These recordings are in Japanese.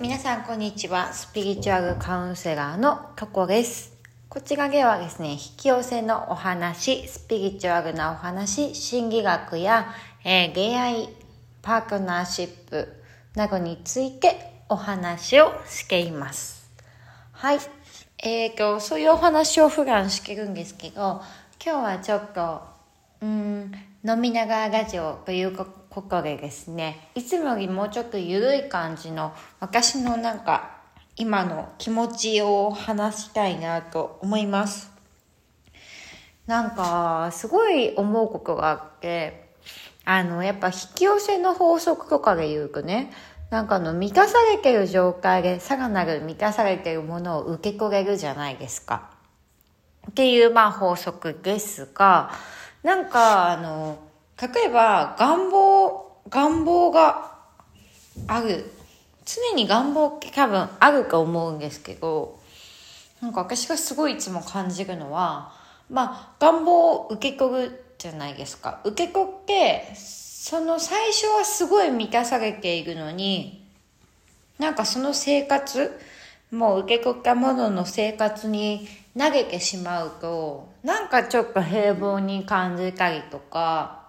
皆さんこんにちは。スピリチュアルカウンセラーのココです。こちらではですね、引き寄せのお話、スピリチュアルなお話、心理学や、恋愛、パートナーシップなどについてお話をしています。はい。そういうお話を普段してるんですけど、今日はちょっと飲みながらラジオということでですね、いつもよりもうちょっと緩い感じの私の今の気持ちを話したいなと思います。すごい思うことがあって、やっぱ引き寄せの法則とかで言うとね、満たされてる状態でさらなる満たされてるものを受け取れるじゃないですか。っていう法則ですが、例えば願望がある。常に願望って多分あると思うんですけど、私がすごいいつも感じるのは、願望を受け取るじゃないですか。受け取って、その最初はすごい満たされているのに、その生活、もう受け取ったものの生活に投げてしまうと、ちょっと平凡に感じたりとか、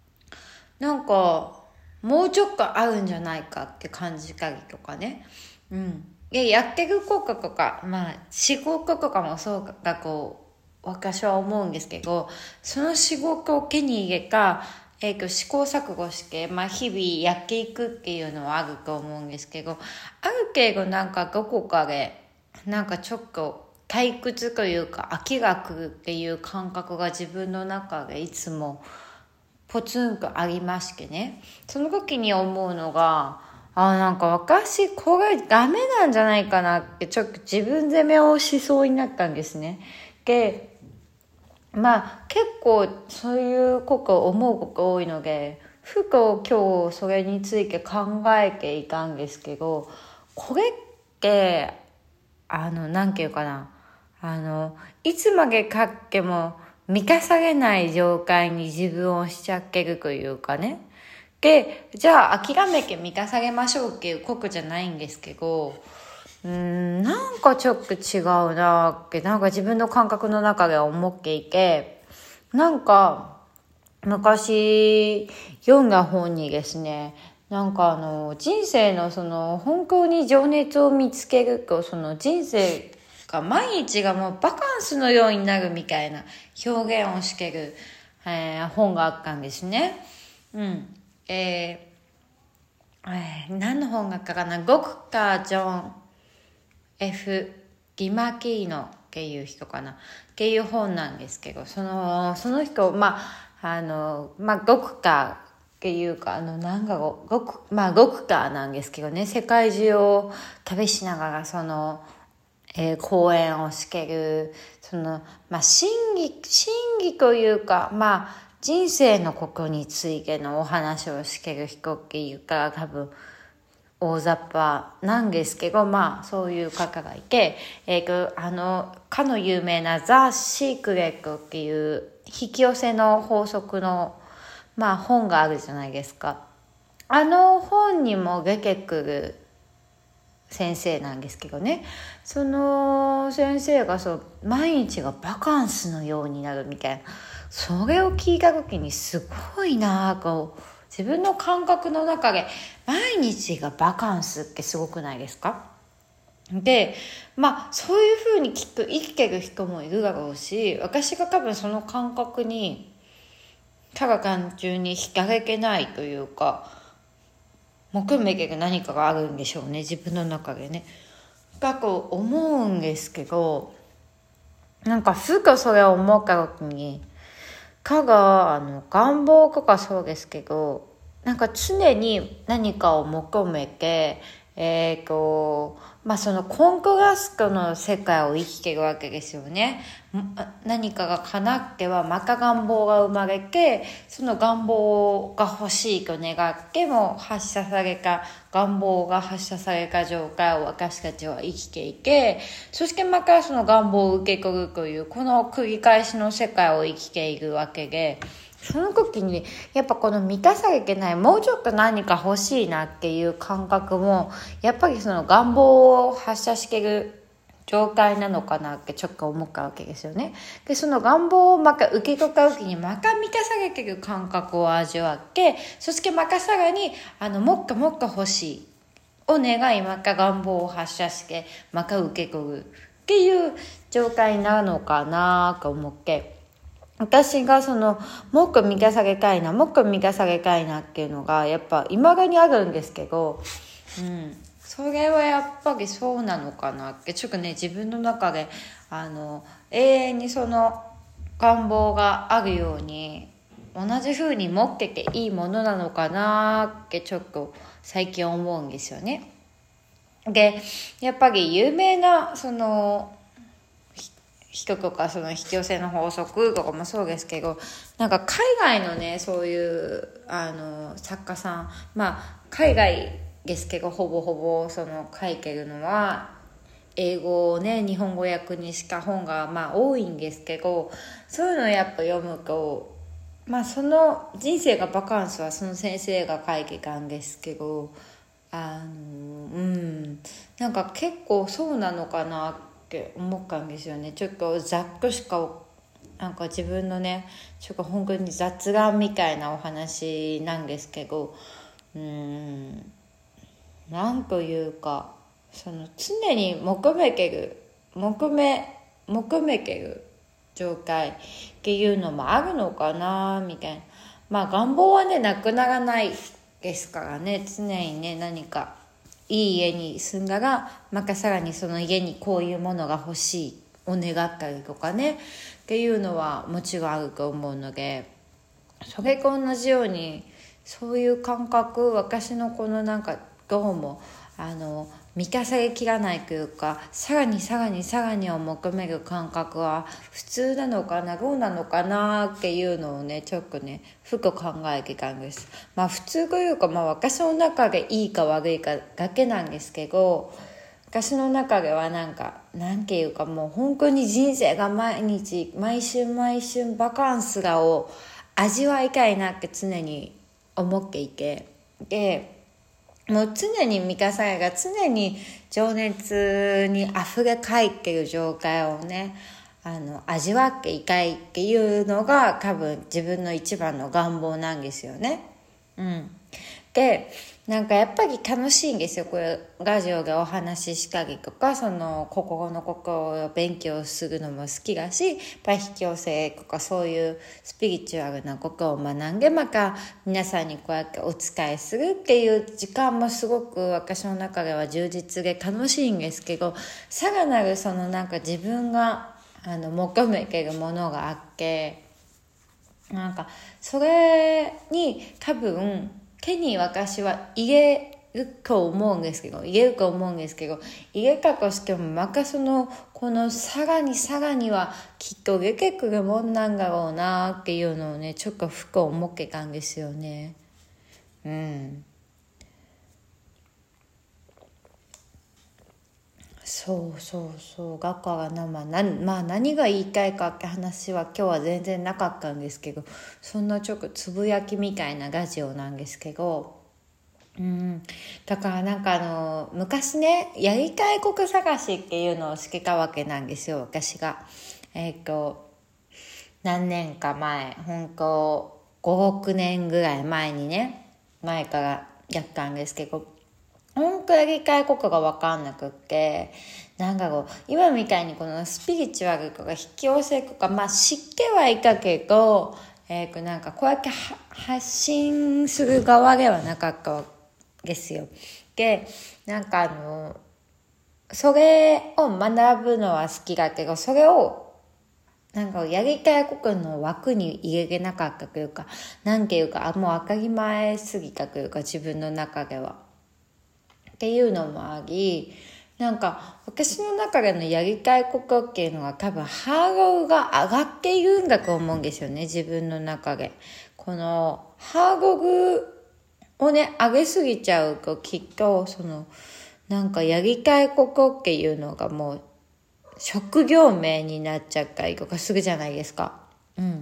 もうちょっとあるんじゃないかって感じたりとかね。やってる効果とか、仕事とかもそうだ私は思うんですけど、その仕事を手に入れた、試行錯誤して、日々やっていくっていうのはあると思うんですけど、ある程度どこかで、ちょっと退屈というか飽きが来るっていう感覚が自分の中でいつもポツンとありましてね。その時に思うのが、私これダメなんじゃないかなってちょっと自分責めをしそうになったんですね。で、結構そういうことを思うことが多いので、ふと今日それについて考えていたんですけど、これっていつまで経っても満たされない状態に自分をしちゃってるというかね。で、じゃあ諦めて満たされましょうっていうことじゃないんですけど、ちょっと違うなって自分の感覚の中では思っていて、昔読んだ本にですね、人生の本当に情熱を見つけると、人生が毎日がもうバカンスのようになるみたいな表現をしてる、本があったんですね。何の本がかな、ドクター・ジョン・ F ・ディマキーノっていう人かなっていう本なんですけど、その人、ドクターっていうか、ドクターなんですけどね、世界中を旅しながら講演をしてる、真理というか、人生のことについてのお話をしてる人っていうか、多分、大雑把なんですけど、そういう方がいて、かの有名なザ・シークレットっていう引き寄せの法則の、本があるじゃないですか。あの本にも出てくる先生なんですけどね、その先生が毎日がバカンスのようになるみたいな、それを聞いた時にすごいなぁ自分の感覚の中で毎日がバカンスってすごくないですか？で、そういうふうにきっと生きてる人もいるだろうし、私が多分その感覚にただ単純に惹かれてないというか、求めてる何かがあるんでしょうね、自分の中でね。思うんですけど、ふとそれを思った時に、願望とかそうですけど、常に何かを求めて、そのコントラストの世界を生きてるわけですよね。何かが叶ってはまた願望が生まれて、その願望が欲しいと願っても願望が発射された状態を私たちは生きていて、そしてまたその願望を受け取るというこの繰り返しの世界を生きているわけで、 その時にやっぱこの満たさなきゃいけない、もうちょっと何か欲しいなっていう感覚もやっぱりその願望を発射してる状態なのかなってちょっと思ったわけですよね。でその願望をまた受け取った時にまた満たされてる感覚を味わって、そしてまたさらにもっともっと欲しいを願い、また願望を発射してまた受け取るっていう状態になるのかなと思って、私がそのもっと満たされたいな、もっと満たされたいなっていうのがやっぱ未だにあるんですけど、それはやっぱりそうなのかなってちょっとね、自分の中で永遠にその願望があるように同じ風に持ってていいものなのかなってちょっと最近思うんですよね。でやっぱり有名なその人とかその引き寄せの法則とかもそうですけど、なんか海外のねそういう作家さん、海外ですけどほぼほぼその書いてるのは英語をね日本語訳にした本が多いんですけど、そういうのをやっぱ読むとその人生がバカンスはその先生が書いてたんですけど、なんか結構そうなのかなって思ったんですよね。ちょっとざっとしかなんか自分のねちょっと本当に雑談みたいなお話なんですけど、なんというかその常に求めてる状態っていうのもあるのかなみたいな。願望はねなくならないですからね、常にね何かいい家に住んだらまたさらにその家にこういうものが欲しいを願ったりとかねっていうのはもちろんあると思うので、それと同じようにそういう感覚、私のこのなんかどうも満たされきらないというか、さらにさらにさらにを求める感覚は普通なのかな、どうなのかなっていうのをねちょっとねふと考えてたんです。普通というか私の中でいいか悪いかだけなんですけど、私の中ではなんていうかもう本当に人生が毎日毎春毎春バカンスがを味わいたいなって常に思っていて、でもう常に満たされが常に情熱に溢れかいてる状態をね味わっていたいっていうのが多分自分の一番の願望なんですよね。でやっぱり楽しいんですよ。これラジオでお話ししたりとか、その心の心を勉強するのも好きだし、やっぱり引き寄せとかそういうスピリチュアルなことを学んでまた皆さんにこうやってお伝えするっていう時間もすごく私の中では充実で楽しいんですけど、さらなるその自分が求めてるものがあって、それに多分手に私は入れると思うんですけど、入れたとしてもまたこのさらにさらにはきっと出てくるもんなんだろうなっていうのをねちょっとふと思ってたんですよね。そうだから何が言いたいかって話は今日は全然なかったんですけど、そんなちょっとつぶやきみたいなラジオなんですけど、だから昔ねやりたいこと探しっていうのをしてたわけなんですよ、私が何年か前、本当5、6年ぐらい前からやったんですけど、本当やりたいことが分かんなくって、今みたいにこのスピリチュアルとか引き寄せとか知ってはいたけど、こうやって発信する側ではなかったわけですよ。でそれを学ぶのは好きだけど、それをやりたいことの枠に入れれなかったというか、もう当たり前すぎたというか、自分の中ではっていうのもあり、私の中でのやりたいことっていうのが多分ハードルが上がっているんだと思うんですよね、自分の中で。このハードルをね上げすぎちゃうと、きっとやりたいことっていうのがもう職業名になっちゃったりとかするじゃないですか。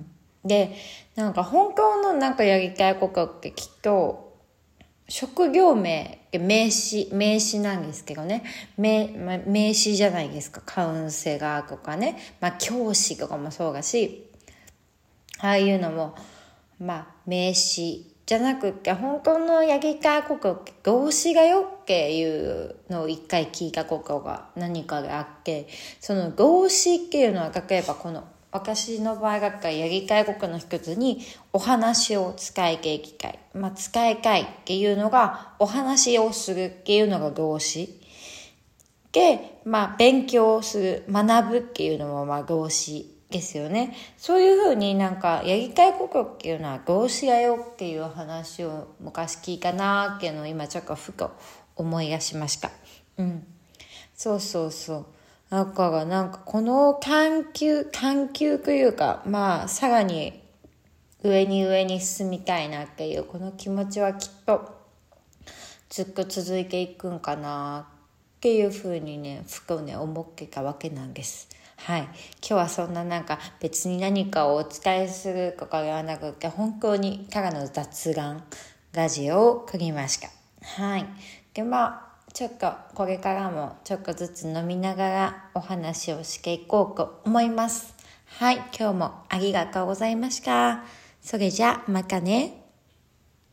で、なんか本当のなんかやりたいことってきっと、職業名詞なんですけどね。名詞じゃないですか。カウンセラーとかね。教師とかもそうだし、ああいうのも、名詞じゃなくて、本当のやりたいことって動詞がよっていうのを一回聞いたことが何かがあって、その動詞っていうのは、例えばこの、私の場合だったらやりたいことの一つにお話を使い機会、使いたいっていうのがお話をするっていうのが動詞で、勉強する学ぶっていうのも動詞ですよね。そういうふうになんかやりたいことっていうのは動詞だよっていう話を昔聞いたなーっていうのを今ちょっとふと思い出しました。そうそうそう。だからなんかこの探求というか、さらに上に進みたいなっていうこの気持ちはきっとずっと続いていくんかなっていうふうにね、ふとね思ってたわけなんです。はい。今日はそんななんか別に何かをお伝えするとかではなくて、本当にただの雑談ラジオを繰りました。はい。で、ちょっとこれからもちょっとずつ飲みながらお話をしていこうと思います。はい。今日もありがとうございました。それじゃまたね。